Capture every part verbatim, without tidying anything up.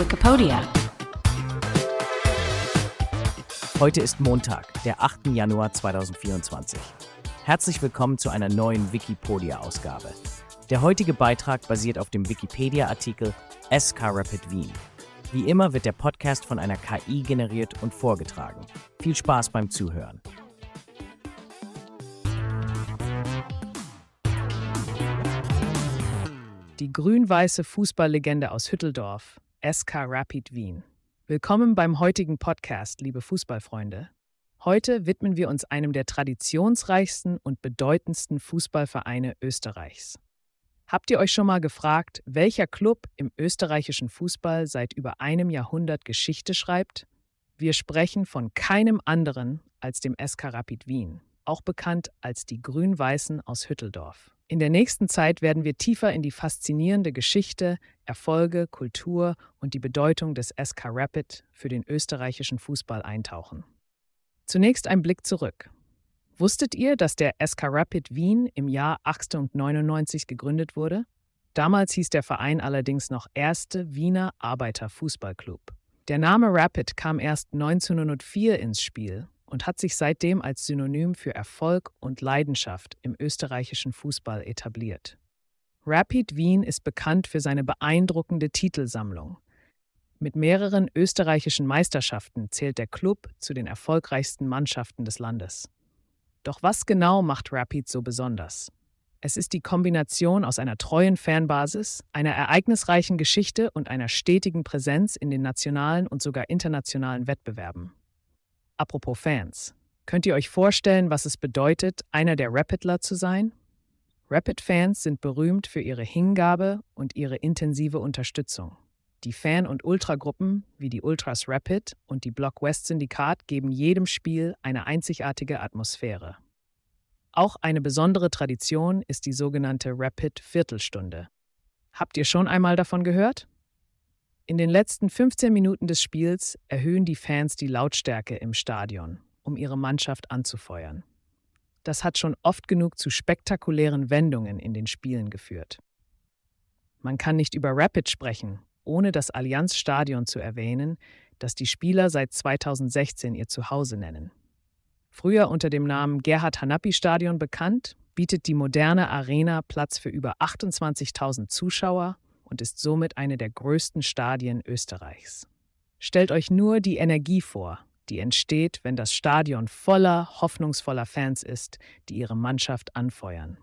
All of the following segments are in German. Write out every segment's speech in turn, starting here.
Wikipedia. Heute ist Montag, der achter Januar zweitausendvierundzwanzig. Herzlich willkommen zu einer neuen Wikipedia-Ausgabe. Der heutige Beitrag basiert auf dem Wikipedia-Artikel S K Rapid Wien. Wie immer wird der Podcast von einer K I generiert und vorgetragen. Viel Spaß beim Zuhören. Die grün-weiße Fußballlegende aus Hütteldorf, S K Rapid Wien. Willkommen beim heutigen Podcast, liebe Fußballfreunde. Heute widmen wir uns einem der traditionsreichsten und bedeutendsten Fußballvereine Österreichs. Habt ihr euch schon mal gefragt, welcher Club im österreichischen Fußball seit über einem Jahrhundert Geschichte schreibt? Wir sprechen von keinem anderen als dem S K Rapid Wien, auch bekannt als die Grün-Weißen aus Hütteldorf. In der nächsten Zeit werden wir tiefer in die faszinierende Geschichte, Erfolge, Kultur und die Bedeutung des S K Rapid für den österreichischen Fußball eintauchen. Zunächst ein Blick zurück. Wusstet ihr, dass der S K Rapid Wien im Jahr achtzehnhundertneunundneunzig gegründet wurde? Damals hieß der Verein allerdings noch Erste Wiener Arbeiter-Fußballclub. Der Name Rapid kam erst neunzehnhundertvier ins Spiel und hat sich seitdem als Synonym für Erfolg und Leidenschaft im österreichischen Fußball etabliert. Rapid Wien ist bekannt für seine beeindruckende Titelsammlung. Mit mehreren österreichischen Meisterschaften zählt der Club zu den erfolgreichsten Mannschaften des Landes. Doch was genau macht Rapid so besonders? Es ist die Kombination aus einer treuen Fanbasis, einer ereignisreichen Geschichte und einer stetigen Präsenz in den nationalen und sogar internationalen Wettbewerben. Apropos Fans, könnt ihr euch vorstellen, was es bedeutet, einer der Rapidler zu sein? Rapid-Fans sind berühmt für ihre Hingabe und ihre intensive Unterstützung. Die Fan- und Ultragruppen wie die Ultras Rapid und die Block West Syndikat geben jedem Spiel eine einzigartige Atmosphäre. Auch eine besondere Tradition ist die sogenannte Rapid-Viertelstunde. Habt ihr schon einmal davon gehört? In den letzten fünfzehn Minuten des Spiels erhöhen die Fans die Lautstärke im Stadion, um ihre Mannschaft anzufeuern. Das hat schon oft genug zu spektakulären Wendungen in den Spielen geführt. Man kann nicht über Rapid sprechen, ohne das Allianz-Stadion zu erwähnen, das die Spieler seit zweitausendsechzehn ihr Zuhause nennen. Früher unter dem Namen Gerhard-Hanappi-Stadion bekannt, bietet die moderne Arena Platz für über achtundzwanzigtausend Zuschauer und ist somit eine der größten Stadien Österreichs. Stellt euch nur die Energie vor, die entsteht, wenn das Stadion voller, hoffnungsvoller Fans ist, die ihre Mannschaft anfeuern.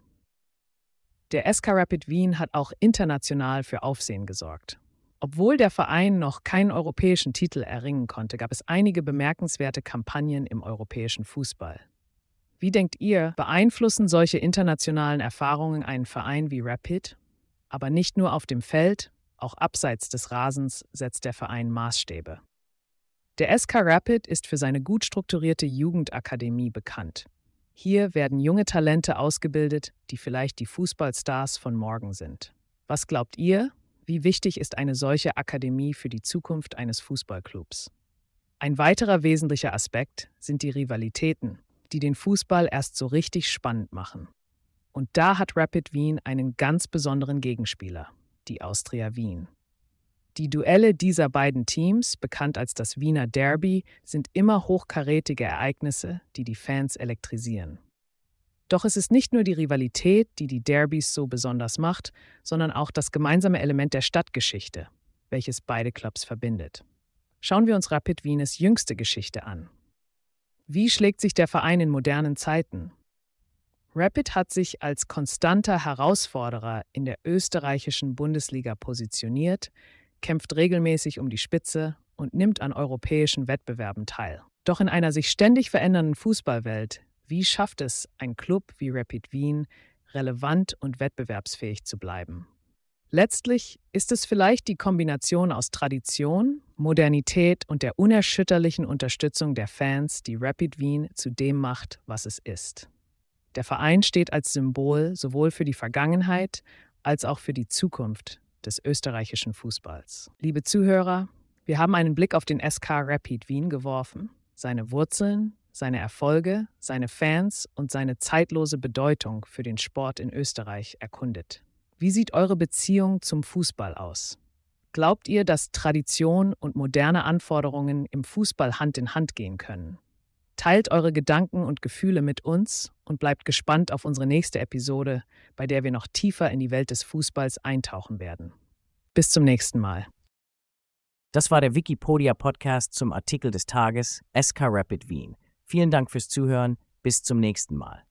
Der S K Rapid Wien hat auch international für Aufsehen gesorgt. Obwohl der Verein noch keinen europäischen Titel erringen konnte, gab es einige bemerkenswerte Kampagnen im europäischen Fußball. Wie denkt ihr, beeinflussen solche internationalen Erfahrungen einen Verein wie Rapid? Aber nicht nur auf dem Feld, auch abseits des Rasens setzt der Verein Maßstäbe. Der S K Rapid ist für seine gut strukturierte Jugendakademie bekannt. Hier werden junge Talente ausgebildet, die vielleicht die Fußballstars von morgen sind. Was glaubt ihr? Wie wichtig ist eine solche Akademie für die Zukunft eines Fußballclubs? Ein weiterer wesentlicher Aspekt sind die Rivalitäten, die den Fußball erst so richtig spannend machen. Und da hat Rapid Wien einen ganz besonderen Gegenspieler, die Austria Wien. Die Duelle dieser beiden Teams, bekannt als das Wiener Derby, sind immer hochkarätige Ereignisse, die die Fans elektrisieren. Doch es ist nicht nur die Rivalität, die die Derbys so besonders macht, sondern auch das gemeinsame Element der Stadtgeschichte, welches beide Clubs verbindet. Schauen wir uns Rapid Wiens jüngste Geschichte an. Wie schlägt sich der Verein in modernen Zeiten? Rapid hat sich als konstanter Herausforderer in der österreichischen Bundesliga positioniert, kämpft regelmäßig um die Spitze und nimmt an europäischen Wettbewerben teil. Doch in einer sich ständig verändernden Fußballwelt, wie schafft es ein Club wie Rapid Wien, relevant und wettbewerbsfähig zu bleiben? Letztlich ist es vielleicht die Kombination aus Tradition, Modernität und der unerschütterlichen Unterstützung der Fans, die Rapid Wien zu dem macht, was es ist. Der Verein steht als Symbol sowohl für die Vergangenheit als auch für die Zukunft des österreichischen Fußballs. Liebe Zuhörer, wir haben einen Blick auf den S K Rapid Wien geworfen, seine Wurzeln, seine Erfolge, seine Fans und seine zeitlose Bedeutung für den Sport in Österreich erkundet. Wie sieht eure Beziehung zum Fußball aus? Glaubt ihr, dass Tradition und moderne Anforderungen im Fußball Hand in Hand gehen können? Teilt eure Gedanken und Gefühle mit uns und bleibt gespannt auf unsere nächste Episode, bei der wir noch tiefer in die Welt des Fußballs eintauchen werden. Bis zum nächsten Mal. Das war der Wikipedia-Podcast zum Artikel des Tages S K Rapid Wien. Vielen Dank fürs Zuhören. Bis zum nächsten Mal.